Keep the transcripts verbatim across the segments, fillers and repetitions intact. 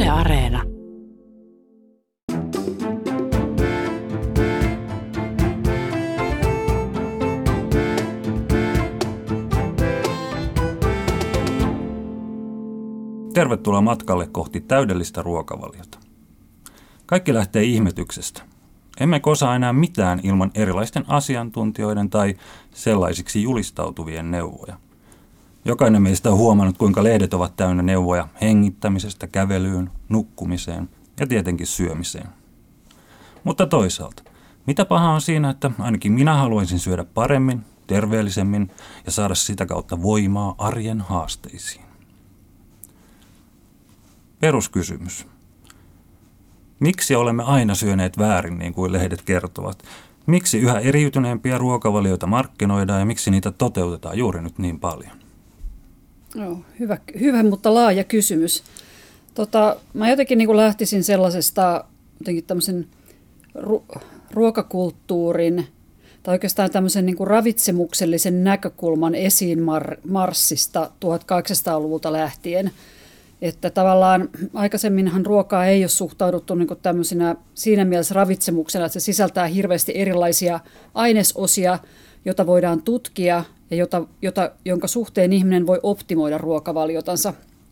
Yle Areena. Tervetuloa matkalle kohti täydellistä ruokavaliota. Kaikki lähtee ihmetyksestä. Emmekö osaa enää mitään ilman erilaisten asiantuntijoiden tai sellaisiksi julistautuvien neuvoja. Jokainen meistä on huomannut, kuinka lehdet ovat täynnä neuvoja hengittämisestä, kävelyyn, nukkumiseen ja tietenkin syömiseen. Mutta toisaalta, mitä pahaa on siinä, että ainakin minä haluaisin syödä paremmin, terveellisemmin ja saada sitä kautta voimaa arjen haasteisiin? Peruskysymys. Miksi olemme aina syöneet väärin, niin kuin lehdet kertovat? Miksi yhä eriytyneempiä ruokavalioita markkinoidaan ja miksi niitä toteutetaan juuri nyt niin paljon? No, hyvä, hyvä, mutta laaja kysymys. Tota, mä jotenkin niin kuin lähtisin sellaisesta jotenkin tämmöisen ru- ruokakulttuurin tai oikeastaan tämmöisen niin kuin ravitsemuksellisen näkökulman esiin mar- marssista tuhatkahdeksansataaluvulta lähtien. Että tavallaan aikaisemminhan ruokaa ei ole suhtauduttu niin kuin tämmöisenä siinä mielessä ravitsemuksena, että se sisältää hirveästi erilaisia ainesosia, joita voidaan tutkia ja jota, jota, jonka suhteen ihminen voi optimoida ruokavaliotansa.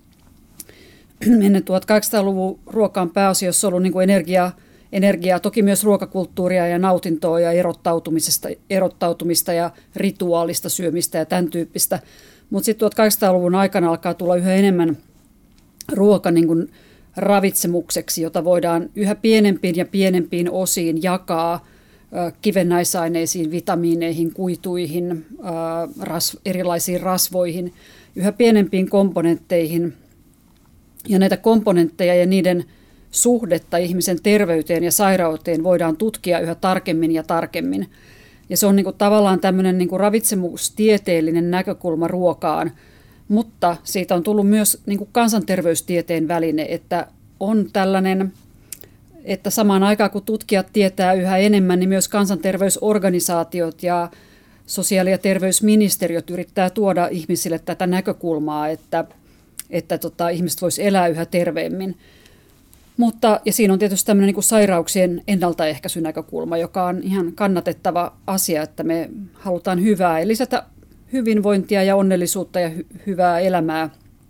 Ennen tuhatkahdeksansataaluvun ruoka on pääasiassa ollut niin kuin energiaa, energiaa, toki myös ruokakulttuuria ja nautintoa ja erottautumisesta, erottautumista ja rituaalista syömistä ja tämän tyyppistä. Mutta sitten tuhatkahdeksansataaluvun aikana alkaa tulla yhä enemmän ruoka niin kuin ravitsemukseksi, jota voidaan yhä pienempiin ja pienempiin osiin jakaa kivennäisaineisiin, vitamiineihin, kuituihin, ras, erilaisiin rasvoihin, yhä pienempiin komponentteihin. Ja näitä komponentteja ja niiden suhdetta ihmisen terveyteen ja sairauteen voidaan tutkia yhä tarkemmin ja tarkemmin. Ja se on niin kuin tavallaan tämmöinen niin kuin ravitsemustieteellinen näkökulma ruokaan, mutta siitä on tullut myös niin kuin kansanterveystieteen väline, että on tällainen, että samaan aikaan kun tutkijat tietää yhä enemmän, niin myös kansanterveysorganisaatiot ja sosiaali- ja terveysministeriöt yrittää tuoda ihmisille tätä näkökulmaa, että, että tota, ihmiset voisivat elää yhä terveemmin. Mutta, ja siinä on tietysti tämmöinen niin kuin sairauksien ennaltaehkäisynäkökulma, joka on ihan kannatettava asia, että me halutaan hyvää ja lisätä hyvinvointia ja onnellisuutta ja hy- hyvää elämää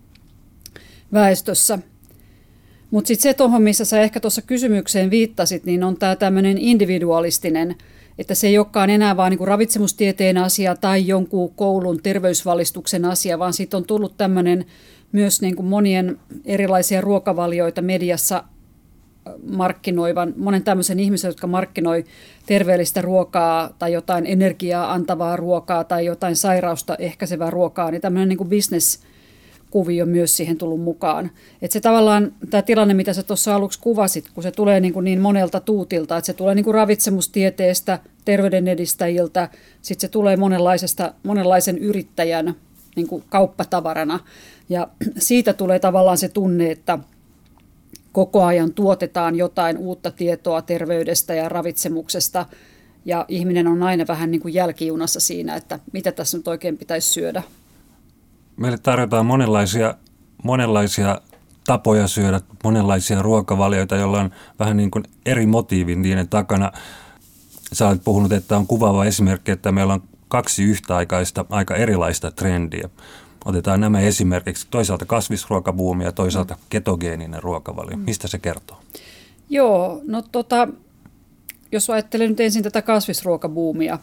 väestössä. Mutta sitten se tuohon, missä sä ehkä tuossa kysymykseen viittasit, niin on tämä tämmöinen individualistinen, että se ei olekaan enää vaan niinku ravitsemustieteen asia tai jonkun koulun terveysvalistuksen asia, vaan siitä on tullut tämmöinen myös niinku monien erilaisia ruokavalioita mediassa markkinoivan, monen tämmöisen ihmisen, jotka markkinoi terveellistä ruokaa tai jotain energiaa antavaa ruokaa tai jotain sairausta ehkäisevää ruokaa, niin tämmöinen niin kuin business-kuvio myös siihen tullut mukaan. Että se tavallaan, tämä tilanne, mitä sä tuossa aluksi kuvasit, kun se tulee niin, kuin niin monelta tuutilta, että se tulee niin kuin ravitsemustieteestä, terveyden edistäjiltä, sitten se tulee monenlaisesta, monenlaisen yrittäjän niin kuin kauppatavarana, ja siitä tulee tavallaan se tunne, että koko ajan tuotetaan jotain uutta tietoa terveydestä ja ravitsemuksesta, ja ihminen on aina vähän niin kuin jälkijunassa siinä, että mitä tässä nyt oikein pitäisi syödä. Meille tarjotaan monenlaisia, monenlaisia tapoja syödä, monenlaisia ruokavalioita, joilla on vähän niin kuin eri motiivin niiden takana. Sä olet puhunut, että on kuvaava esimerkki, että meillä on kaksi yhtäaikaista, aika erilaista trendiä. Otetaan nämä esimerkiksi toisaalta kasvisruokabuumi ja toisaalta ketogeeninen ruokavalio. Mistä se kertoo? Joo, no tota, jos ajattelen nyt ensin tätä kasvisruokabuumia,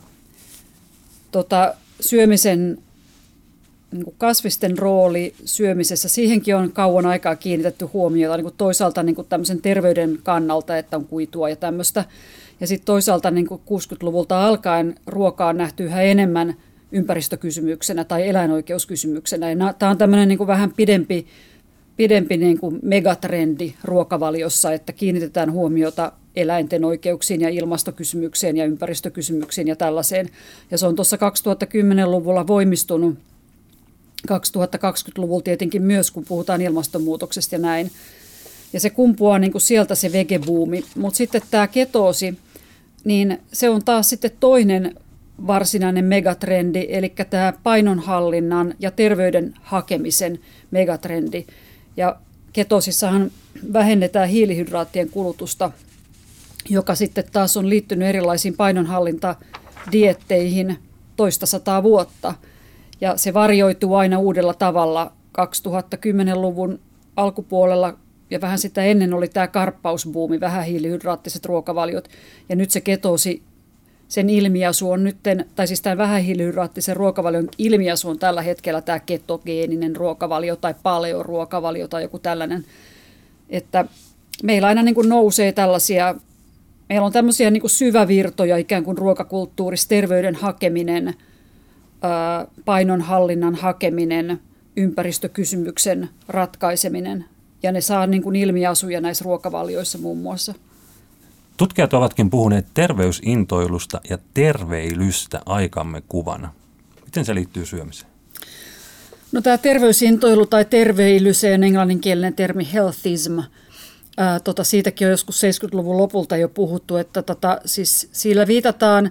tota, syömisen, niin kuin kasvisten rooli syömisessä, siihenkin on kauan aikaa kiinnitetty huomiota niin kuin toisaalta niin kuin tämmöisen terveyden kannalta, että on kuitua ja tämmöistä. Ja sitten toisaalta niin kuin kuusikymmentäluvulta alkaen ruokaa on nähty yhä enemmän ympäristökysymyksenä tai eläinoikeuskysymyksenä. Ja tämä on tämmöinen niin kuin vähän pidempi, pidempi niin kuin megatrendi ruokavaliossa, että kiinnitetään huomiota eläinten oikeuksiin ja ilmastokysymykseen ja ympäristökysymyksiin ja tällaiseen. Ja se on tuossa kaksituhattakymmenluvulla voimistunut, kaksituhattakaksikymmentäluvulla tietenkin myös, kun puhutaan ilmastonmuutoksesta ja näin. Ja se kumpuaa niin kuin sieltä se vegebuumi. Mutta sitten tämä ketoosi, niin se on taas sitten toinen varsinainen megatrendi, eli tämä painonhallinnan ja terveyden hakemisen megatrendi. Ja ketosissahan vähennetään hiilihydraattien kulutusta, joka sitten taas on liittynyt erilaisiin painonhallinta-dietteihin toista sataa vuotta. Ja se varjoituu aina uudella tavalla. kaksituhattakymmenluvun alkupuolella ja vähän sitä ennen oli tämä karppausbuumi, vähähiilihydraattiset ruokavaliot. Ja nyt se ketoosi, sen ilmiasu on nyt, tai siis tämän vähähiilihydraattisen ruokavalion ilmiasu on tällä hetkellä tämä ketogeeninen ruokavalio tai paleoruokavalio tai joku tällainen. Että meillä aina niin kuin nousee tällaisia, meillä on tämmöisiä niin kuin syvävirtoja ikään kuin ruokakulttuurissa, terveyden hakeminen, painonhallinnan hakeminen, ympäristökysymyksen ratkaiseminen. Ja ne saa niin kuin ilmiasuja näissä ruokavalioissa muun muassa. Tutkijat ovatkin puhuneet terveysintoilusta ja terveilystä aikamme kuvana. Miten se liittyy syömiseen? No tämä terveysintoilu tai terveily, se on englanninkielinen termi healthism. Ää, tota, siitäkin on joskus seitsemänkymmentäluvun lopulta jo puhuttu, että tota, siis sillä viitataan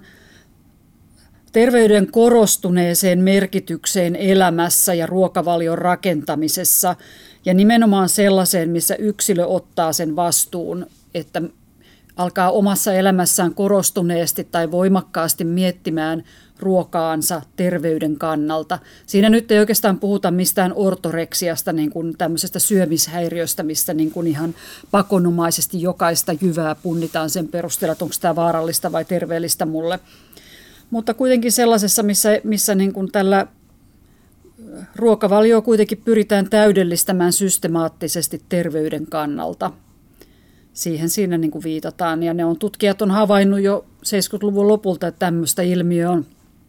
terveyden korostuneeseen merkitykseen elämässä ja ruokavalion rakentamisessa ja nimenomaan sellaiseen, missä yksilö ottaa sen vastuun, että alkaa omassa elämässään korostuneesti tai voimakkaasti miettimään ruokaansa terveyden kannalta. Siinä nyt ei oikeastaan puhuta mistään ortoreksiasta, niin kuin tämmöisestä syömishäiriöstä, mistä niin kuin ihan pakonomaisesti jokaista jyvää punnitaan sen perusteella, että onko tämä vaarallista vai terveellistä mulle. Mutta kuitenkin sellaisessa, missä, missä niin kuin tällä ruokavalioa kuitenkin pyritään täydellistämään systemaattisesti terveyden kannalta. Siihen siinä niin kuin viitataan. Ja ne on, tutkijat on havainnut jo seitsemänkymmentäluvun lopulta, että tämmöistä ilmiöä on,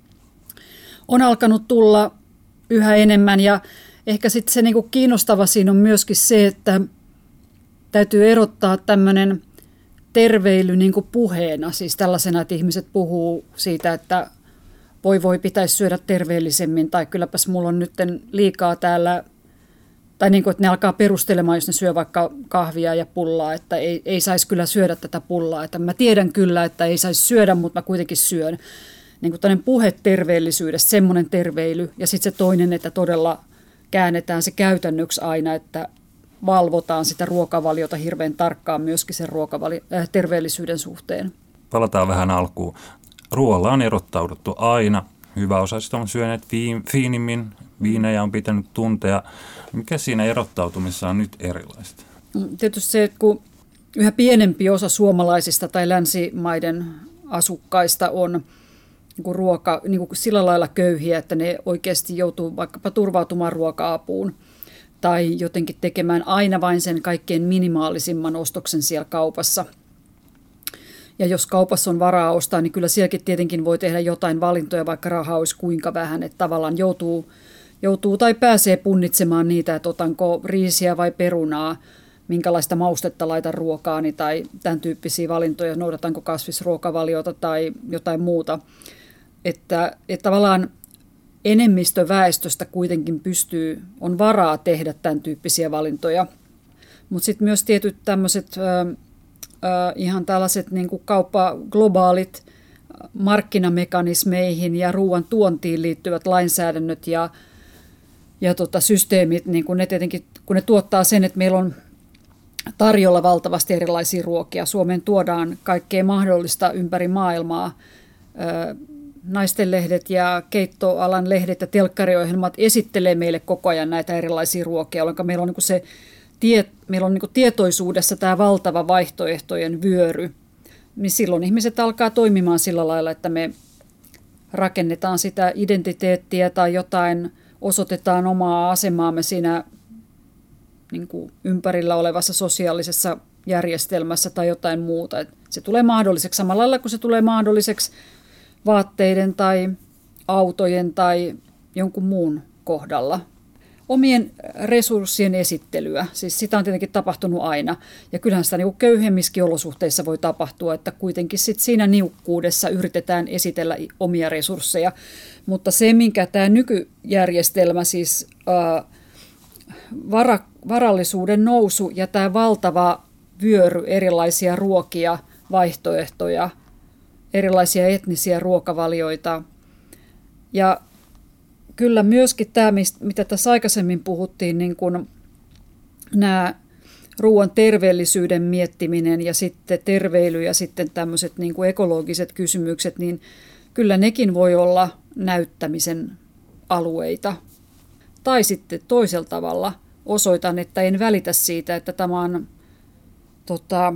on alkanut tulla yhä enemmän. Ja ehkä sitten se niin kuin kiinnostava siinä on myöskin se, että täytyy erottaa tämmöinen terveily niin kuin puheena. Siis tällaisena, että ihmiset puhuu siitä, että voi voi pitäisi syödä terveellisemmin tai kylläpäs mulla on nyt liikaa täällä. Tai niin kuin, että ne alkaa perustelemaan, jos ne syö vaikka kahvia ja pullaa, että ei, ei saisi kyllä syödä tätä pullaa. Että mä tiedän kyllä, että ei saisi syödä, mutta mä kuitenkin syön. Niin kuin tämmöinen puhe terveellisyydestä, semmoinen terveily. Ja sitten se toinen, että todella käännetään se käytännöksi aina, että valvotaan sitä ruokavaliota hirveän tarkkaan myöskin sen ruokavali- äh, terveellisyyden suhteen. Palataan vähän alkuun. Ruoalla on erottauduttu aina. Hyväosaiset on syöneet fiin, fiinimmin, viinejä on pitänyt tuntea. Mikä siinä erottautumisessa on nyt erilaista? Tietysti se, että kun yhä pienempi osa suomalaisista tai länsimaiden asukkaista on niin kuin ruoka, niin kuin sillä lailla köyhiä, että ne oikeasti joutuu vaikkapa turvautumaan ruoka-apuun tai jotenkin tekemään aina vain sen kaikkein minimaalisimman ostoksen siellä kaupassa. Ja jos kaupassa on varaa ostaa, niin kyllä sielläkin tietenkin voi tehdä jotain valintoja, vaikka rahaa olisi kuinka vähän, että tavallaan joutuu, joutuu tai pääsee punnitsemaan niitä, että otanko riisiä vai perunaa, minkälaista maustetta laitan ruokaani tai tämän tyyppisiä valintoja, noudatanko kasvisruokavaliota tai jotain muuta. Että, että tavallaan enemmistö väestöstä kuitenkin pystyy, on varaa tehdä tämän tyyppisiä valintoja, mutta sitten myös tietyt tämmöiset ihan tällaiset niin kuin kauppa, globaalit markkinamekanismeihin ja ruoan tuontiin liittyvät lainsäädännöt ja, ja tota, systeemit, niin kun ne tietenkin, kun ne tuottaa sen, että meillä on tarjolla valtavasti erilaisia ruokia. Suomeen tuodaan kaikkea mahdollista ympäri maailmaa. Naistenlehdet ja keittoalan lehdet ja telkkariohjelmat esittelee meille koko ajan näitä erilaisia ruokia, jolloin meillä on niin kuin se Tiet, meillä on niin kuin tietoisuudessa tämä valtava vaihtoehtojen vyöry, niin silloin ihmiset alkaa toimimaan sillä lailla, että me rakennetaan sitä identiteettiä tai jotain, osoitetaan omaa asemaamme siinä niin kuin ympärillä olevassa sosiaalisessa järjestelmässä tai jotain muuta. Et se tulee mahdolliseksi samalla lailla kuin se tulee mahdolliseksi vaatteiden tai autojen tai jonkun muun kohdalla. Omien resurssien esittelyä, siis sitä on tietenkin tapahtunut aina, ja kyllähän sitä niin köyhemmissäkin olosuhteissa voi tapahtua, että kuitenkin sit siinä niukkuudessa yritetään esitellä omia resursseja, mutta se, minkä tämä nykyjärjestelmä, siis ää, vara, varallisuuden nousu ja tämä valtava vyöry erilaisia ruokia, vaihtoehtoja, erilaisia etnisiä ruokavalioita, ja kyllä myöskin tämä, mitä tässä aikaisemmin puhuttiin, niin kuin nämä ruoan terveellisyyden miettiminen ja sitten terveily ja sitten tämmöiset niin kuin ekologiset kysymykset, niin kyllä nekin voi olla näyttämisen alueita. Tai sitten toisella tavalla osoitan, että en välitä siitä, että tämä on tota,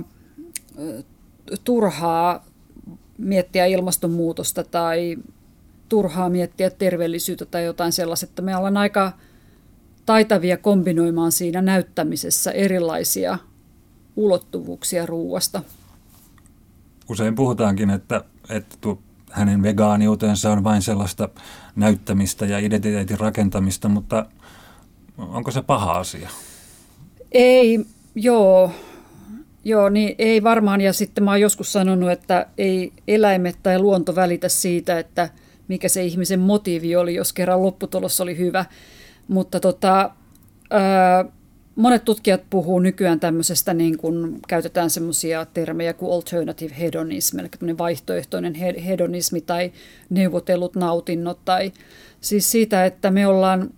turhaa miettiä ilmastonmuutosta tai turhaa miettiä terveellisyyttä tai jotain sellaista, että me ollaan aika taitavia kombinoimaan siinä näyttämisessä erilaisia ulottuvuuksia ruuasta. Usein puhutaankin, että, että tuo hänen vegaaniutensa on vain sellaista näyttämistä ja identiteetin rakentamista, mutta onko se paha asia? Ei, joo. Joo, niin ei varmaan. Ja sitten mä oon joskus sanonut, että ei eläimet tai luonto välitä siitä, että mikä se ihmisen motiivi oli, jos kerran lopputulos oli hyvä. Mutta tota, ää, monet tutkijat puhuu nykyään tämmöisestä, niin kun käytetään semmoisia termejä kuin alternative hedonism, eli tämmöinen vaihtoehtoinen hedonismi tai neuvotellut nautinnot. Tai siis siitä, että me ollaan,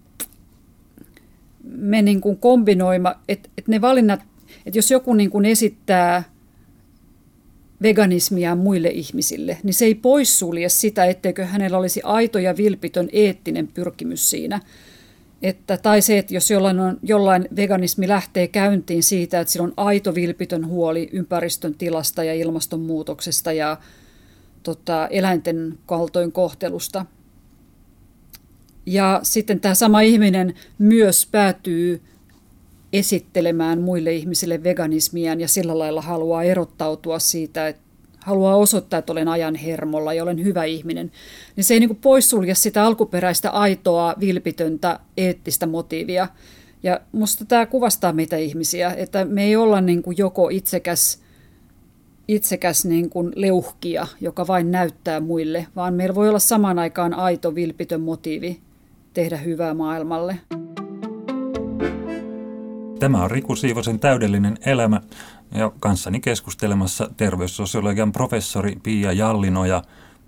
me niin kuin kombinoima, että, että ne valinnat, että jos joku niin kuin esittää veganismia muille ihmisille, niin se ei poissulje sitä, etteikö hänellä olisi aito ja vilpitön eettinen pyrkimys siinä. Että, tai se, että jos jollain, on, jollain veganismi lähtee käyntiin siitä, että sillä on aito vilpitön huoli ympäristön tilasta ja ilmastonmuutoksesta ja tota, eläinten kaltoinkohtelusta. Ja sitten tämä sama ihminen myös päätyy esittelemään muille ihmisille veganismiaan ja sillä lailla haluaa erottautua siitä, että haluaa osoittaa, että olen ajan hermolla ja olen hyvä ihminen, niin se ei niin kuin poissulje sitä alkuperäistä aitoa, vilpitöntä, eettistä motiivia. Ja musta tämä kuvastaa meitä ihmisiä, että me ei olla niin kuin joko itsekäs, itsekäs niin kuin leuhkija, joka vain näyttää muille, vaan meillä voi olla samaan aikaan aito, vilpitön motiivi tehdä hyvää maailmalle. Tämä on Riku Siivosen täydellinen elämä ja kanssani keskustelemassa terveyssosiologian professori Pia Jallinoja.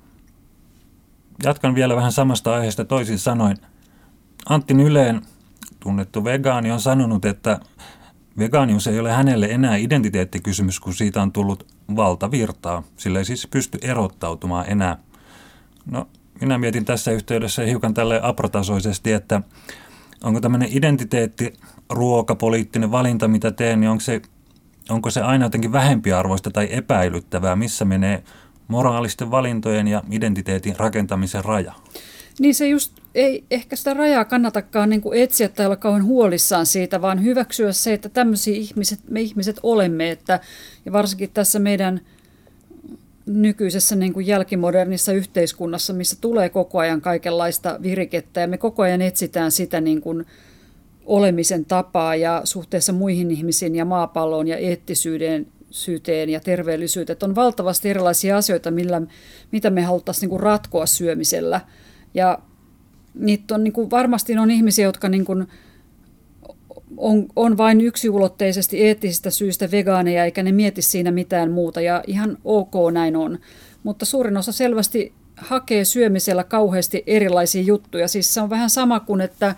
Jatkan vielä vähän samasta aiheesta toisin sanoen. Antti Nylén, tunnettu vegaani, on sanonut, että vegaanius ei ole hänelle enää identiteettikysymys, kun siitä on tullut valtavirtaa. Sillä ei siis pysty erottautumaan enää. No, minä mietin tässä yhteydessä hiukan tälleen aprotasoisesti, että onko tämmöinen identiteetti, ruokapoliittinen valinta, mitä teen, niin onko se, onko se aina jotenkin vähempiarvoista tai epäilyttävää, missä menee moraalisten valintojen ja identiteetin rakentamisen raja? Niin se just ei ehkä sitä rajaa kannatakaan niin kuin etsiä tai olla kauan huolissaan siitä, vaan hyväksyä se, että tämmöisiä ihmiset, me ihmiset olemme, että, ja varsinkin tässä meidän nykyisessä niin kuin jälkimodernissa yhteiskunnassa, missä tulee koko ajan kaikenlaista virikettä ja me koko ajan etsitään sitä niin kuin olemisen tapaa ja suhteessa muihin ihmisiin ja maapalloon ja eettisyyteen syyteen ja terveellisyyteen. Että on valtavasti erilaisia asioita, millä, mitä me haluttaisiin niin kuin ratkoa syömisellä. Ja niitä on, niin kuin, varmasti on ihmisiä, jotka niin kuin on, on vain yksiulotteisesti eettisistä syistä vegaaneja, eikä ne mieti siinä mitään muuta. Ja ihan ok näin on. Mutta suurin osa selvästi hakee syömisellä kauheasti erilaisia juttuja. Siis se on vähän sama kuin, että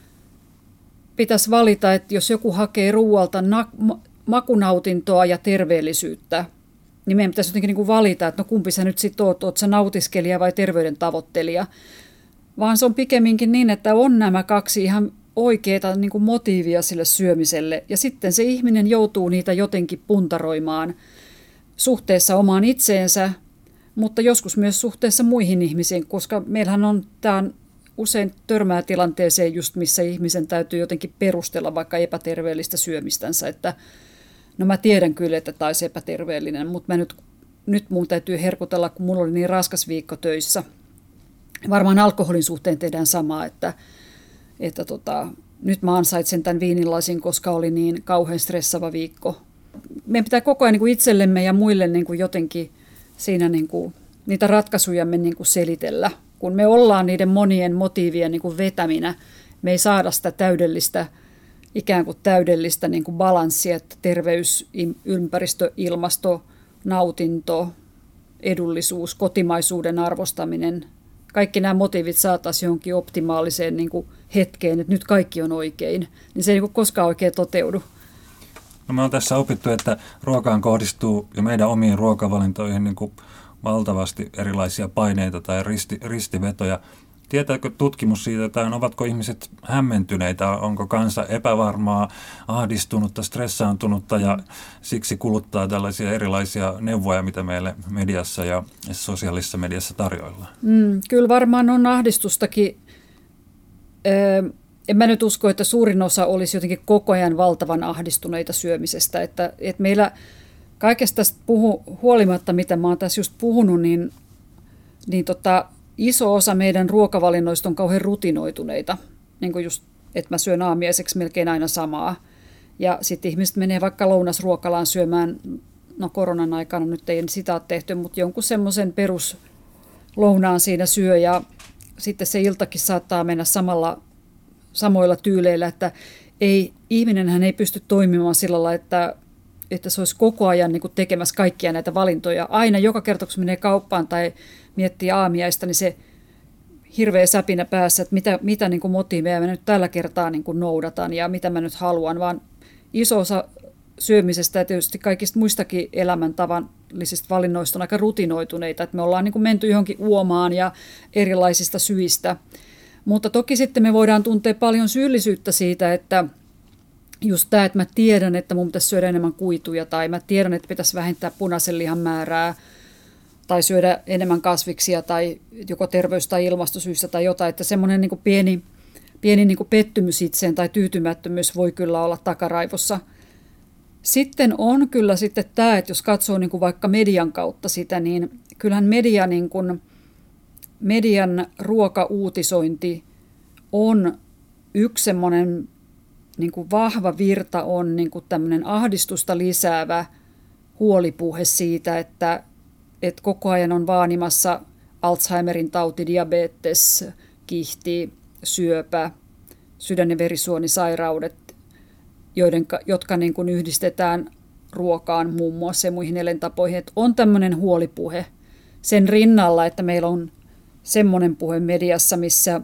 pitäisi valita, että jos joku hakee ruualta na- makunautintoa ja terveellisyyttä, niin meidän pitäisi jotenkin niin kuin valita, että no kumpi sä nyt sitten oot, oot sä nautiskelija vai terveyden tavoittelija. Vaan se on pikemminkin niin, että on nämä kaksi ihan oikeaa niin kuin motiivia sille syömiselle. Ja sitten se ihminen joutuu niitä jotenkin puntaroimaan suhteessa omaan itseensä, mutta joskus myös suhteessa muihin ihmisiin, koska meillähän on tämä usein törmää tilanteeseen just, missä ihmisen täytyy jotenkin perustella vaikka epäterveellistä syömistänsä, että no mä tiedän kyllä, että tämä olisi epäterveellinen, mutta mä nyt, nyt mun täytyy herkutella, kun mulla oli niin raskas viikko töissä. Varmaan alkoholin suhteen tehdään samaa, että, että tota, nyt mä ansaitsen tämän viinilasin, koska oli niin kauhean stressaava viikko. Meidän pitää koko ajan niin kuin itsellemme ja muille niin kuin jotenkin siinä niin kuin, niitä ratkaisujamme niin kuin selitellä. Kun me ollaan niiden monien motiivien niin kuin vetäminä, me ei saada sitä täydellistä, ikään kuin täydellistä niin kuin balanssia, että terveys, ympäristö, ilmasto, nautinto, edullisuus, kotimaisuuden arvostaminen, kaikki nämä motiivit saataisiin johonkin optimaaliseen niin kuin hetkeen, että nyt kaikki on oikein, niin se ei niin kuin koskaan oikein toteudu. No me on tässä opittu, että ruokaan kohdistuu jo meidän omiin ruokavalintoihin niin kuin valtavasti erilaisia paineita tai risti, ristivetoja. Tietääkö tutkimus siitä, että ovatko ihmiset hämmentyneitä, onko kansa epävarmaa, ahdistunutta, stressaantunutta ja siksi kuluttaa tällaisia erilaisia neuvoja, mitä meille mediassa ja sosiaalisessa mediassa tarjoillaan? Mm, kyllä varmaan on ahdistustakin. Öö, en mä nyt usko, että suurin osa olisi jotenkin koko ajan valtavan ahdistuneita syömisestä. Että, että meillä kaikesta tästä puhu, huolimatta, mitä mä oon tässä just puhunut, niin, niin tota, iso osa meidän ruokavalinnoista on kauhean rutinoituneita, niin kuin just, että mä syön aamiaiseksi melkein aina samaa. Ja sitten ihmiset menee vaikka lounasruokalaan syömään, no koronan aikana nyt ei sitä ole tehty, mutta jonkun semmoisen peruslounaan siinä syö ja sitten se iltakin saattaa mennä samalla, samoilla tyyleillä, että ei, ihminenhän ei pysty toimimaan sillä lailla, että, että se olisi koko ajan niin kuin tekemässä kaikkia näitä valintoja. Aina joka kerta, kun se menee kauppaan tai miettii aamiaista, niin se hirveä säpinä päässä, että mitä, mitä niin kuin motiiveja mä nyt tällä kertaa niin kuin noudatan ja mitä mä nyt haluan, vaan iso osa syömisestä ja tietysti kaikista muistakin elämäntavallisista valinnoista on aika rutinoituneita, että me ollaan niin kuin menty johonkin uomaan ja erilaisista syistä. Mutta toki sitten me voidaan tuntea paljon syyllisyyttä siitä, että just tämä, että mä tiedän, että mun pitäisi syödä enemmän kuituja tai mä tiedän, että pitäisi vähentää punaisen lihan määrää tai syödä enemmän kasviksia tai joko terveys- tai ilmastosyistä tai jotain, että semmoinen niin kuin pieni, pieni niin kuin pettymys itseen tai tyytymättömyys voi kyllä olla takaraivossa. Sitten on kyllä sitten tämä, että jos katsoo niin kuin vaikka median kautta sitä, niin kyllähän media, niin kuin, median ruokauutisointi on yksi semmoinen niin kuin vahva virta, on niin kuin tämmöinen ahdistusta lisäävä huolipuhe siitä, että, että koko ajan on vaanimassa Alzheimerin tauti, diabetes, kihti, syöpä, sydän- ja verisuonisairaudet, joiden, jotka niin kuin yhdistetään ruokaan muun muassa ja muihin elintapoihin. Että on tämmöinen huolipuhe sen rinnalla, että meillä on semmoinen puhe mediassa, missä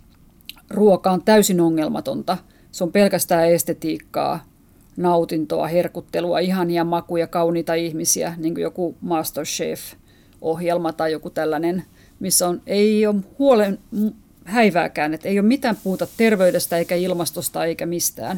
ruoka on täysin ongelmatonta. Se on pelkästään estetiikkaa, nautintoa, herkuttelua, ihania makuja, kauniita ihmisiä, niin kuin joku MasterChef-ohjelma tai joku tällainen, missä on, ei ole huolen häivääkään, että ei ole mitään puhuta terveydestä eikä ilmastosta eikä mistään.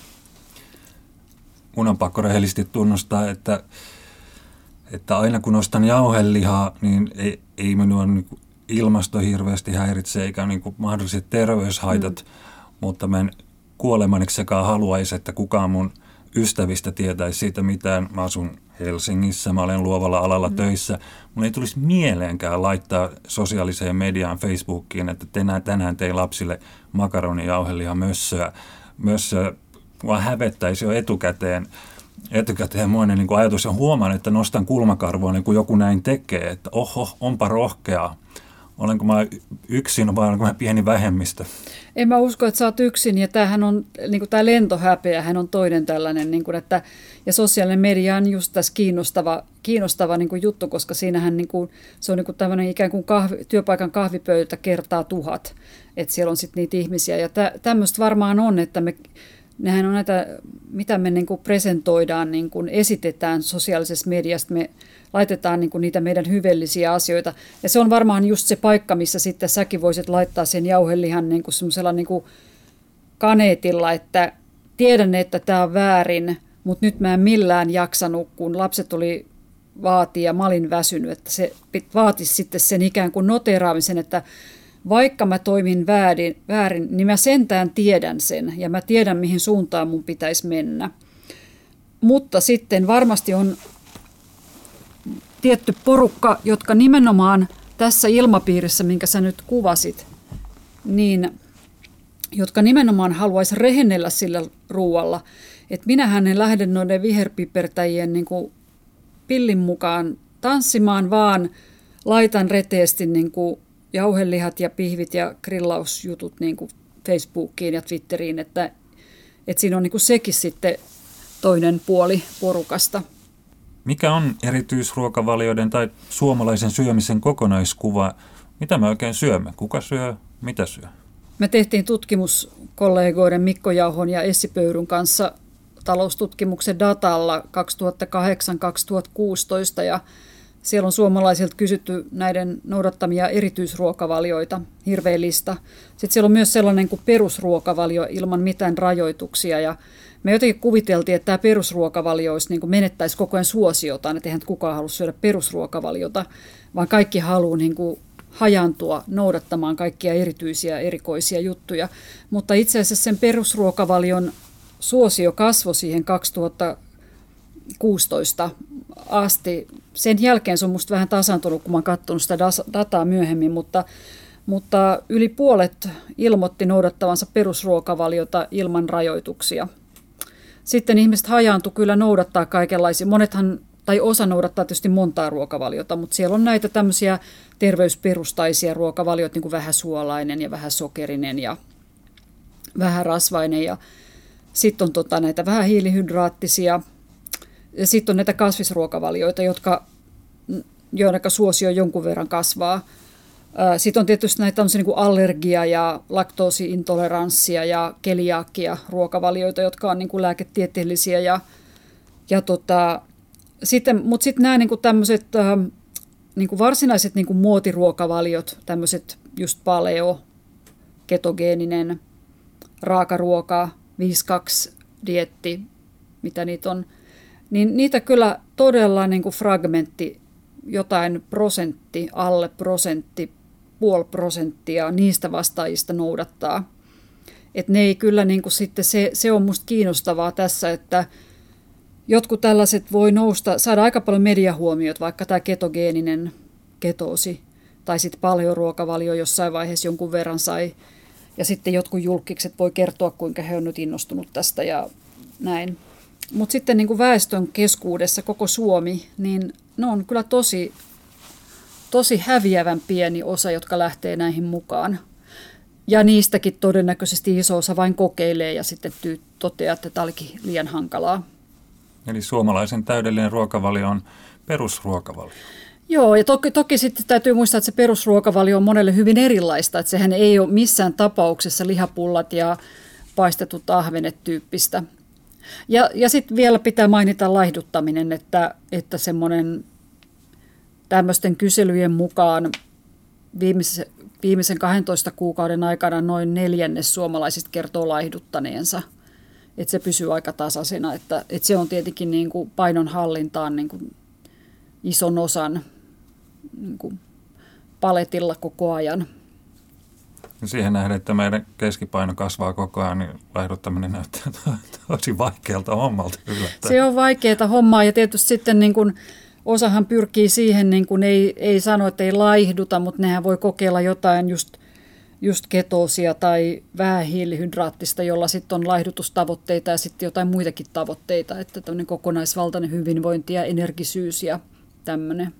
Mun on pakko rehellisesti tunnustaa, että, että aina kun ostan jauhelihaa, niin ei, ei minua niin kuin ilmasto hirveästi häiritse eikä niin kuin mahdolliset terveyshaitat, mm. mutta mä en kuolemaniksekaan haluaisi, että kukaan mun ystävistä tietäisi siitä mitään. Mä asun Helsingissä, mä olen luovalla alalla mm. töissä. Mun ei tulisi mieleenkään laittaa sosiaaliseen mediaan, Facebookiin, että tänään, tänään tein lapsille makaronijauhelihaa mössöä. Mössöä vaan hävettäisi jo etukäteen. Etukäteen moinen niin kuin ajatus ja huomaan, että nostan kulmakarvoa, niin kun joku näin tekee, että oho, onpa rohkeaa. Olenko mä yksin vai olenko mä pieni vähemmistö? En mä usko, että sä oot yksin ja tämähän on, niin kuin tämä lentohäpeä, hän on toinen tällainen, niin kuin, että, ja sosiaalinen media on just tässä kiinnostava, kiinnostava niin kuin juttu, koska siinähän niin kuin, se on niin kuin tämmöinen ikään kuin kahvi, työpaikan kahvipöytä kertaa tuhat, että siellä on sitten niitä ihmisiä ja tä, tämmöistä varmaan on, että me nehän on näitä, mitä me niin kuin presentoidaan, niin kuin esitetään sosiaalisessa mediassa, me laitetaan niin kuin niitä meidän hyveellisiä asioita. Ja se on varmaan just se paikka, missä sitten säkin voisit laittaa sen jauhelihan niin kuin semmoisella niin kuin kaneetilla, että tiedän, että tämä on väärin, mutta nyt mä en millään jaksanut, kun lapset oli vaatii ja mä olin väsynyt, että se vaatisi sitten sen ikään kuin noteraamisen, että vaikka mä toimin väärin, väärin, niin mä sentään tiedän sen ja mä tiedän, mihin suuntaan mun pitäisi mennä. Mutta sitten varmasti on tietty porukka, jotka nimenomaan tässä ilmapiirissä, minkä sä nyt kuvasit, niin, jotka nimenomaan haluaisi rehennellä sillä ruualla. Että minähän en lähde noiden viherpipertäjien niin kuin pillin mukaan tanssimaan, vaan laitan reteesti niin kuin jauhelihat ja pihvit ja grillausjutut niin kuin Facebookiin ja Twitteriin, että, että siinä on niin kuin sekin sitten toinen puoli porukasta. Mikä on erityisruokavalioiden tai suomalaisen syömisen kokonaiskuva? Mitä me oikein syömme? Kuka syö? Mitä syö? Me tehtiin tutkimus kollegoiden Mikko Jauhon ja Essi Pöyryn kanssa taloustutkimuksen datalla kaksituhattakahdeksan kaksituhattakuusitoista ja siellä on suomalaisilta kysytty näiden noudattamia erityisruokavalioita, hirveä lista. Sitten siellä on myös sellainen kuin perusruokavalio ilman mitään rajoituksia. Ja me jotenkin kuviteltiin, että tämä perusruokavalio olisi, niin kuin menettäisi koko ajan suosiotaan, että eihän kukaan halua syödä perusruokavaliota, vaan kaikki haluaa niin kuin hajaantua noudattamaan kaikkia erityisiä erikoisia juttuja. Mutta itse asiassa sen perusruokavalion suosio kasvoi siihen kaksituhattakuusitoista asti. Sen jälkeen se on musta vähän tasaantunut, kun mä oon katsonut sitä dataa myöhemmin, mutta, mutta yli puolet ilmoitti noudattavansa perusruokavaliota ilman rajoituksia. Sitten ihmiset hajaantui kyllä noudattaa kaikenlaisia. Monethan, tai osa noudattaa tietysti montaa ruokavaliota, mutta siellä on näitä tämmöisiä terveysperustaisia ruokavalioita, niin kuin vähän suolainen ja vähän sokerinen ja vähän rasvainen. Ja sitten on tota, näitä vähän hiilihydraattisia. Ja sitten on näitä kasvisruokavalioita, jotka, joiden suosio jonkun verran kasvaa. Sitten on tietysti näitä niin kuin allergia- ja laktoosiintoleranssia ja keliakia ruokavalioita, jotka on niin kuin lääketieteellisiä. Ja, ja tota, sitten, mutta sitten nämä niin kuin tämmöiset niin kuin varsinaiset niin kuin muotiruokavaliot, tämmöiset just paleo, ketogeeninen, raakaruoka, viisi kaksi dieetti, mitä niitä on, niin niitä kyllä todella niin kuin fragmentti, jotain prosentti, alle prosentti, puoli prosenttia niistä vastaajista noudattaa. Et ne ei kyllä niin kuin sitten, se, se on musta kiinnostavaa tässä, että jotkut tällaiset voi nousta, saada aika paljon mediahuomiota, vaikka tämä ketogeeninen ketoosi tai sitten paleo-ruokavalio jossain vaiheessa jonkun verran sai. Ja sitten jotkut julkikset voi kertoa, kuinka he on nyt innostunut tästä ja näin. Mutta sitten niin kuin väestön keskuudessa koko Suomi, niin ne on kyllä tosi, tosi häviävän pieni osa, jotka lähtee näihin mukaan. Ja niistäkin todennäköisesti iso osa vain kokeilee ja sitten tyy- toteaa, että tämä olikin liian hankalaa. Eli suomalaisen täydellinen ruokavalio on perusruokavalio. Joo, ja toki, toki sitten täytyy muistaa, että se perusruokavalio on monelle hyvin erilaista. Että sehän ei ole missään tapauksessa lihapullat ja paistetut ahvenet tyyppistä. Ja, ja sitten vielä pitää mainita laihduttaminen, että, että semmoinen tämmöisten kyselyjen mukaan viimeisen, viimeisen kahdentoista kuukauden aikana noin neljännes suomalaisista kertoo laihduttaneensa. Että se pysyy aika tasaisena, että, että se on tietenkin niin kuin painonhallintaan niin kuin ison osan niin kuin paletilla koko ajan. Siihen nähden, että meidän keskipaino kasvaa koko ajan, niin laihduttaminen näyttää tosi vaikealta hommalta yllättäen. Se on vaikeaa hommaa ja tietysti sitten niin kuin osahan pyrkii siihen, niin kuin ei, ei sano, että ei laihduta, mutta nehän voi kokeilla jotain just, just ketoosia tai vähän hiilihydraattista, jolla sitten on laihdutustavoitteita ja sitten jotain muitakin tavoitteita, että tämmöinen kokonaisvaltainen hyvinvointi ja energisyys ja tämmöinen.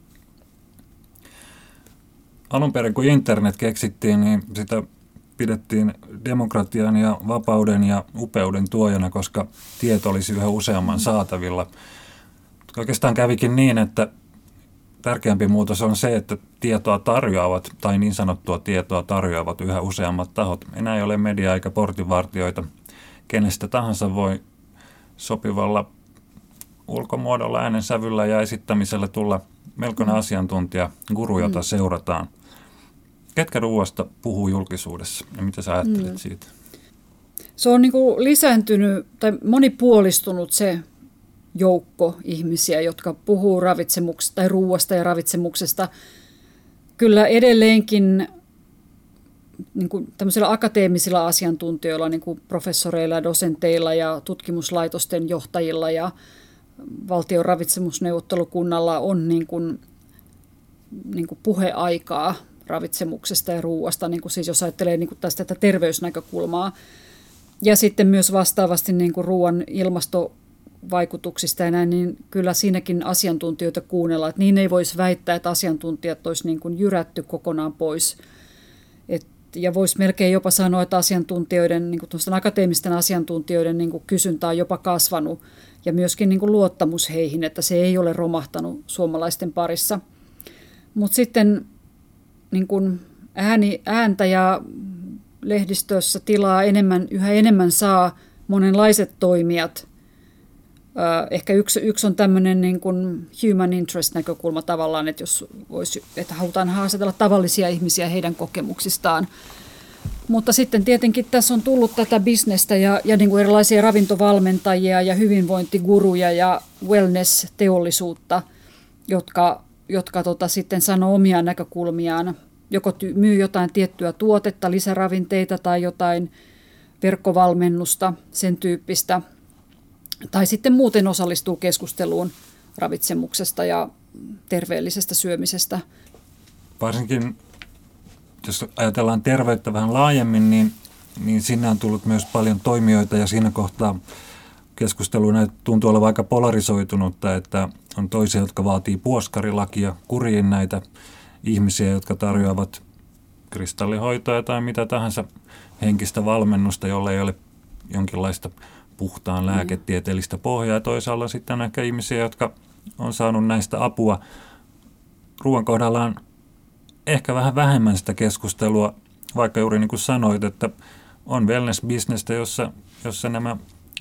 Alun perin, kun internet keksittiin, niin sitä pidettiin demokratian ja vapauden ja upeuden tuojana, koska tieto olisi yhä useamman saatavilla. Oikeastaan kävikin niin, että tärkeämpi muutos on se, että tietoa tarjoavat tai niin sanottua tietoa tarjoavat yhä useammat tahot. Enää ei ole media eikä portinvartijoita. Kenestä tahansa voi sopivalla ulkomuodolla, äänensävyllä ja esittämisellä tulla melkoinen asiantuntija, guru, jota mm. seurataan. Ketkä ruoasta puhuu julkisuudessa ja mitä sä ajattelet mm. siitä? Se on niin kuin lisääntynyt tai monipuolistunut se joukko ihmisiä, jotka puhuu ravitsemuksesta tai ruoasta ja ravitsemuksesta. Kyllä edelleenkin niin kuin tämmöisillä akateemisilla asiantuntijoilla, niin kuin professoreilla, dosenteilla ja tutkimuslaitosten johtajilla ja valtion ravitsemusneuvottelukunnalla on niin kuin, niin kuin puheaikaa ravitsemuksesta ja ruoasta, niin kuin siis jos ajattelee niin kuin tästä tätä terveysnäkökulmaa. Ja sitten myös vastaavasti niin kuin ruoan ilmastovaikutuksista ja näin, niin kyllä siinäkin asiantuntijoita kuunnellaan. Että niin ei voisi väittää, että asiantuntijat olisi niin kuin jyrätty kokonaan pois. Et, ja voisi melkein jopa sanoa, että asiantuntijoiden, niin kuin akateemisten asiantuntijoiden niin kuin kysyntä on jopa kasvanut. Ja myöskin niin kuin luottamus heihin, että se ei ole romahtanut suomalaisten parissa. Mutta sitten niin kuin ääni, ääntä ja lehdistössä tilaa enemmän, yhä enemmän saa monenlaiset toimijat, Ehkä yksi, yksi on tämmöinen niin kuin human interest näkökulma tavallaan, että jos olisi, että halutaan haastatella tavallisia ihmisiä heidän kokemuksistaan. Mutta sitten tietenkin tässä on tullut tätä bisnestä ja, ja niin kuin erilaisia ravintovalmentajia ja hyvinvointiguruja ja wellness-teollisuutta, jotka, jotka tota, sitten sanoo omia näkökulmiaan. Joko ty- myy jotain tiettyä tuotetta, lisäravinteita tai jotain verkkovalmennusta, sen tyyppistä. Tai sitten muuten osallistuu keskusteluun ravitsemuksesta ja terveellisestä syömisestä. Varsinkin, jos ajatellaan terveyttä vähän laajemmin, niin, niin sinne on tullut myös paljon toimijoita ja siinä kohtaa keskustelu tuntuu olevan aika polarisoitunutta, että on toisia, jotka vaatii puoskarilakia kuriin näitä ihmisiä, jotka tarjoavat kristallihoitoa tai mitä tahansa henkistä valmennusta, jolle ei ole jonkinlaista puhtaan lääketieteellistä pohjaa. Toisaalla sitten on ehkä ihmisiä, jotka on saanut näistä apua. Ruoan kohdalla on ehkä vähän vähemmän sitä keskustelua, vaikka juuri niin kuin sanoit, että on wellness-bisnestä, jossa, jossa nämä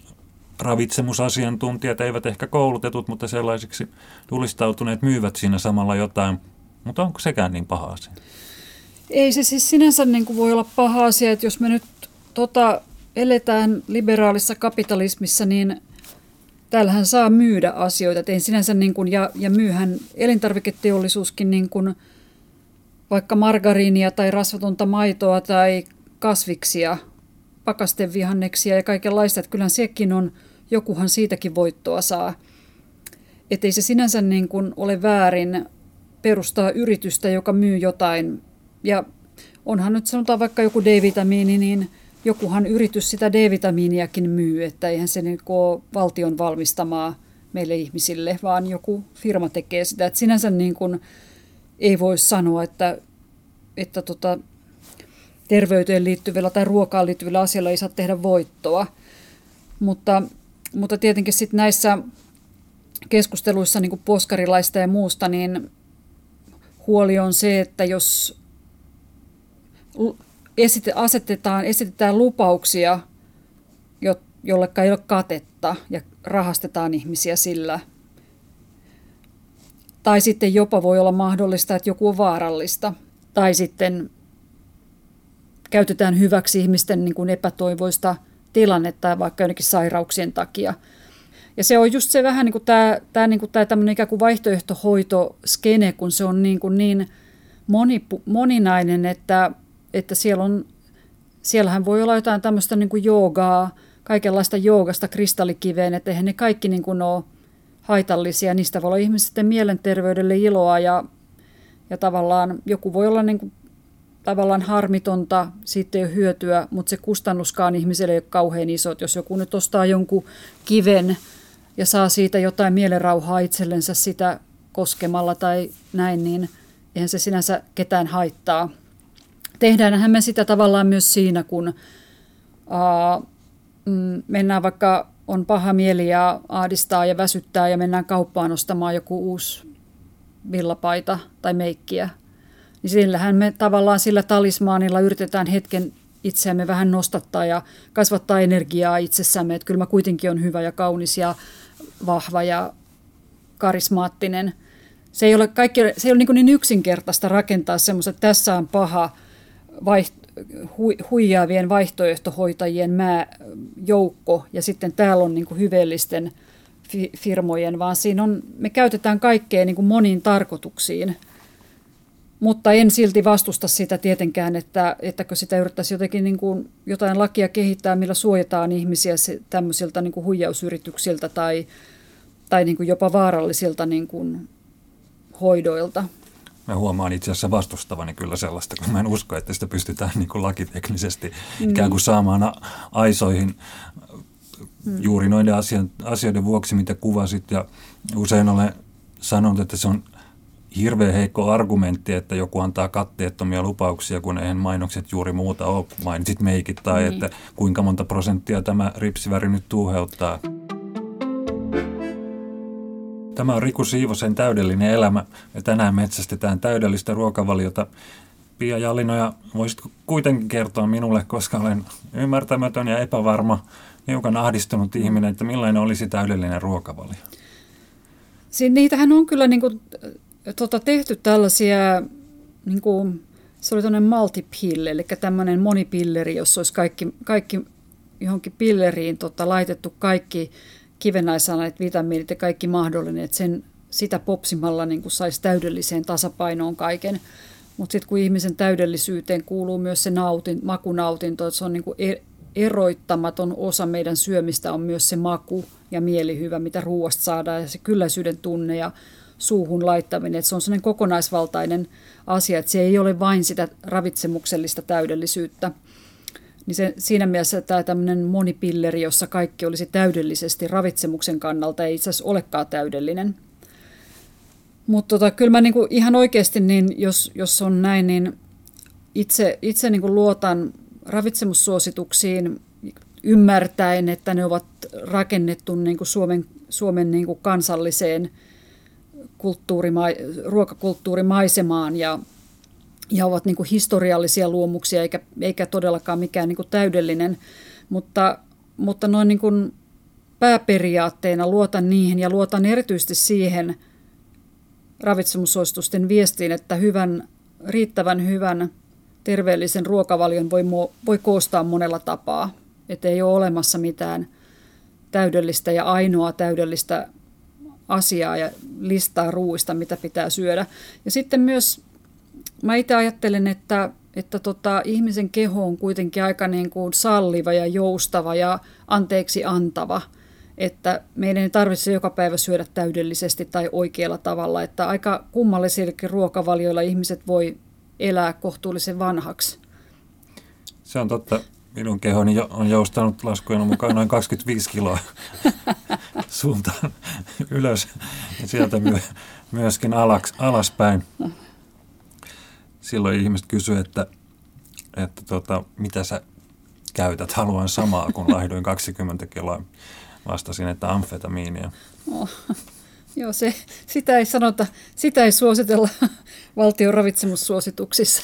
ravitsemusasiantuntijat eivät ehkä koulutetut, mutta sellaisiksi julistautuneet myyvät siinä samalla jotain. Mutta onko sekään niin paha asia? Ei se siis sinänsä niin kuin voi olla paha asia, että jos me nyt tota, eletään liberaalissa kapitalismissa, niin täällähän saa myydä asioita. Et ei sinänsä niin kuin, ja, ja myyhän elintarviketeollisuuskin niin kuin vaikka margariinia tai rasvatonta maitoa tai kasviksia, pakastevihanneksia ja kaikenlaista. Että kyllähän sekin on, jokuhan siitäkin voittoa saa. Että ei se sinänsä niin kuin ole väärin perustaa yritystä, joka myy jotain. Ja onhan nyt sanotaan vaikka joku D-vitamiini, niin jokuhan yritys sitä D-vitamiiniakin myy, että eihän se niin ole valtion valmistamaa meille ihmisille, vaan joku firma tekee sitä. Että sinänsä niin kuin ei voi sanoa, että, että tota, terveyteen liittyvillä tai ruokaan liittyvillä asioilla ei saa tehdä voittoa. Mutta, mutta tietenkin sitten näissä keskusteluissa niin kuin poskarilaista ja muusta, niin huoli on se, että jos asetetaan, esitetään lupauksia, jolleka ei ole katetta ja rahastetaan ihmisiä sillä, tai sitten jopa voi olla mahdollista, että joku on vaarallista, tai sitten käytetään hyväksi ihmisten niin kuin epätoivoista tilannetta vaikka jonnekin sairauksien takia. Ja se on just se vähän niin kuin tämä, tämä, niin kuin tämä tämmöinen ikään kuin vaihtoehtohoitoskene, kun se on niin, kuin niin moni, moninainen, että, että siellä on, siellähän voi olla jotain tämmöistä niin kuin joogaa, kaikenlaista joogasta kristallikiveen, että eihän ne kaikki niin kuin ole haitallisia. Niistä voi olla ihmisten mielenterveydelle iloa ja, ja tavallaan joku voi olla niin kuin, tavallaan harmitonta, siitä ei ole hyötyä, mutta se kustannuskaan ihmiselle ei ole kauhean iso. Jos joku nyt ostaa jonkun kiven ja saa siitä jotain mielenrauhaa itsellensä sitä koskemalla tai näin, niin eihän se sinänsä ketään haittaa. Tehdäänhän me sitä tavallaan myös siinä, kun aa, mm, mennään vaikka on paha mieli ja ahdistaa ja väsyttää ja mennään kauppaan ostamaan joku uusi villapaita tai meikkiä. Niin sillähän me tavallaan sillä talismaanilla yritetään hetken itseämme vähän nostattaa ja kasvattaa energiaa itsessämme, että kyllä mä kuitenkin on hyvä ja kaunis ja vahva ja karismaattinen. Se ei ole, kaikki, se ei ole niin, niin yksinkertaista rakentaa semmoista, että tässä on paha vaiht, hu, huijaavien vaihtoehtohoitajien mä, joukko ja sitten täällä on niin kuin hyveellisten fi, firmojen, vaan siinä on, me käytetään kaikkea niin kuin moniin tarkoituksiin. Mutta en silti vastusta sitä tietenkään, että ettäkö sitä yrittäisi jotenkin niin kuin jotain lakia kehittää, millä suojataan ihmisiä tämmöisiltä niin kuin huijausyrityksiltä tai, tai niin kuin jopa vaarallisilta niin kuin hoidoilta. Mä huomaan itse asiassa vastustavani kyllä sellaista, kun mä en usko, että sitä pystytään niin kuin lakiteknisesti mm. ikään kuin saamaan aisoihin mm. juuri noiden asioiden vuoksi, mitä kuvasit. Ja usein olen sanonut, että se on hirveän heikko argumentti, että joku antaa katteettomia lupauksia, kun eihän mainokset juuri muuta ole. Mainitsit meikit tai niin. Että kuinka monta prosenttia tämä ripsiväri nyt tuuheuttaa. Tämä on Riku Siivosen Täydellinen elämä ja tänään metsästetään täydellistä ruokavaliota. Pia Jalinoja, voisitko kuitenkin kertoa minulle, koska olen ymmärtämätön ja epävarma, hiukan ahdistunut ihminen, että millainen olisi täydellinen ruokavalio? Siin, niitähän on kyllä niin kuin, tota, tehty tällaisia, niin kuin, se oli tämmöinen multipill, eli tämmöinen monipilleri, jossa olisi kaikki, kaikki johonkin pilleriin tota, laitettu kaikki kivennäisaineet, vitamiinit ja kaikki mahdollinen, että sen, sitä popsimalla niin kuin saisi täydelliseen tasapainoon kaiken. Mutta sitten kun ihmisen täydellisyyteen kuuluu myös se nautin, makunautinto, että se on niin kuin eroittamaton osa meidän syömistä on myös se maku ja mielihyvä, mitä ruoasta saadaan ja se kylläisyyden tunne ja suuhun laittaminen. Että se on sellainen kokonaisvaltainen asia, että se ei ole vain sitä ravitsemuksellista täydellisyyttä. Niin se, siinä mielessä tämä tämmöinen monipilleri, jossa kaikki olisi täydellisesti ravitsemuksen kannalta, ei itse asiassa olekaan täydellinen. Mutta tota, kyllä mä niinku ihan oikeasti, niin jos, jos on näin, niin itse, itse niinku luotan ravitsemussuosituksiin ymmärtäen, että ne ovat rakennettu niinku Suomen, Suomen niinku kansalliseen kulttuurima- ruokakulttuurimaisemaan ja, ja ovat niinku historiallisia luomuksia, eikä, eikä todellakaan mikään niinku täydellinen, mutta, mutta noin niinku pääperiaatteena luotan niihin ja luotan erityisesti siihen ravitsemussuositusten viestiin, että hyvän, riittävän hyvän terveellisen ruokavalion voi, voi koostaa monella tapaa. Että ei ole olemassa mitään täydellistä ja ainoa täydellistä asiaa ja listaa ruuista, mitä pitää syödä. Ja sitten myös mä itse ajattelen, että, että tota, ihmisen keho on kuitenkin aika niin kuin salliva ja joustava ja anteeksi antava. Että meidän ei tarvitse joka päivä syödä täydellisesti tai oikealla tavalla. Että aika kummallisillekin ruokavalioilla ihmiset voi elää kohtuullisen vanhaksi. Se on totta. Minun kehoni on joustanut laskujen mukaan noin kaksikymmentäviisi kiloa suuntaan ylös ja sieltä my- myöskin alaks, alaspäin. Silloin ihmiset kysyivät, että, että tota, mitä sä käytät, haluan samaa, kun laihduin kaksikymmentä kiloa. Vastasin, että amfetamiinia. Oh, joo, se, sitä ei sanota, sitä ei suositella valtion ravitsemussuosituksissa.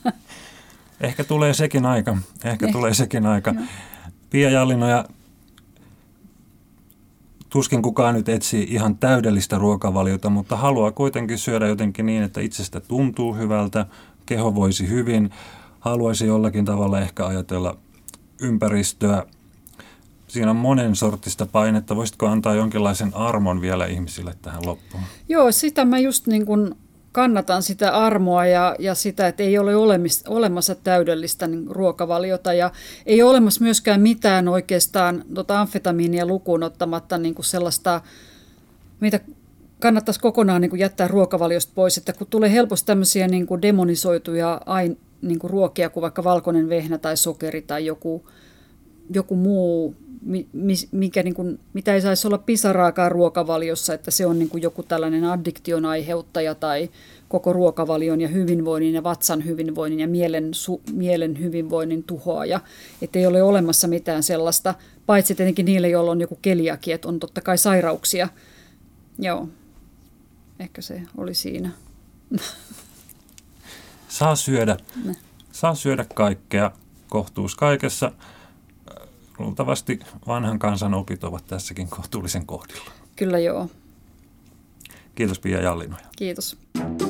Ehkä tulee sekin aika. Ehkä eh. tulee sekin aika. Joo. Pia Jallinoja, tuskin kukaan nyt etsii ihan täydellistä ruokavaliota, mutta haluaa kuitenkin syödä jotenkin niin, että itsestä tuntuu hyvältä, keho voisi hyvin, haluaisi jollakin tavalla ehkä ajatella ympäristöä. Siinä on monen sortista painetta. Voisitko antaa jonkinlaisen armon vielä ihmisille tähän loppuun? Joo, sitä mä just niin kuin kannatan sitä armoa ja, ja sitä, että ei ole olemis, olemassa täydellistä niin ruokavaliota ja ei ole olemassa myöskään mitään oikeastaan tota amfetamiinia lukuun ottamatta niin kuin sellaista, mitä kannattaisi kokonaan niin kuin jättää ruokavaliosta pois, että kun tulee helposti tämmöisiä niin kuin demonisoituja ain, niin kuin ruokia kuin vaikka valkoinen vehnä tai sokeri tai joku, joku muu, mikä niin kuin, mitä ei saisi olla pisaraakaan ruokavaliossa, että se on niin kuin joku tällainen addiktion aiheuttaja tai koko ruokavalion ja hyvinvoinnin ja vatsan hyvinvoinnin ja mielen, su, mielen hyvinvoinnin tuhoaja. Että ei ole olemassa mitään sellaista, paitsi tietenkin niille, joilla on joku keliaki, että on totta kai sairauksia. Joo, ehkä se oli siinä. Saa syödä, saa syödä kaikkea, kohtuus kaikessa. Luultavasti vanhan kansan opit ovat tässäkin kohtuullisen kohdilla. Kyllä joo. Kiitos Pia Jallinoja. Kiitos.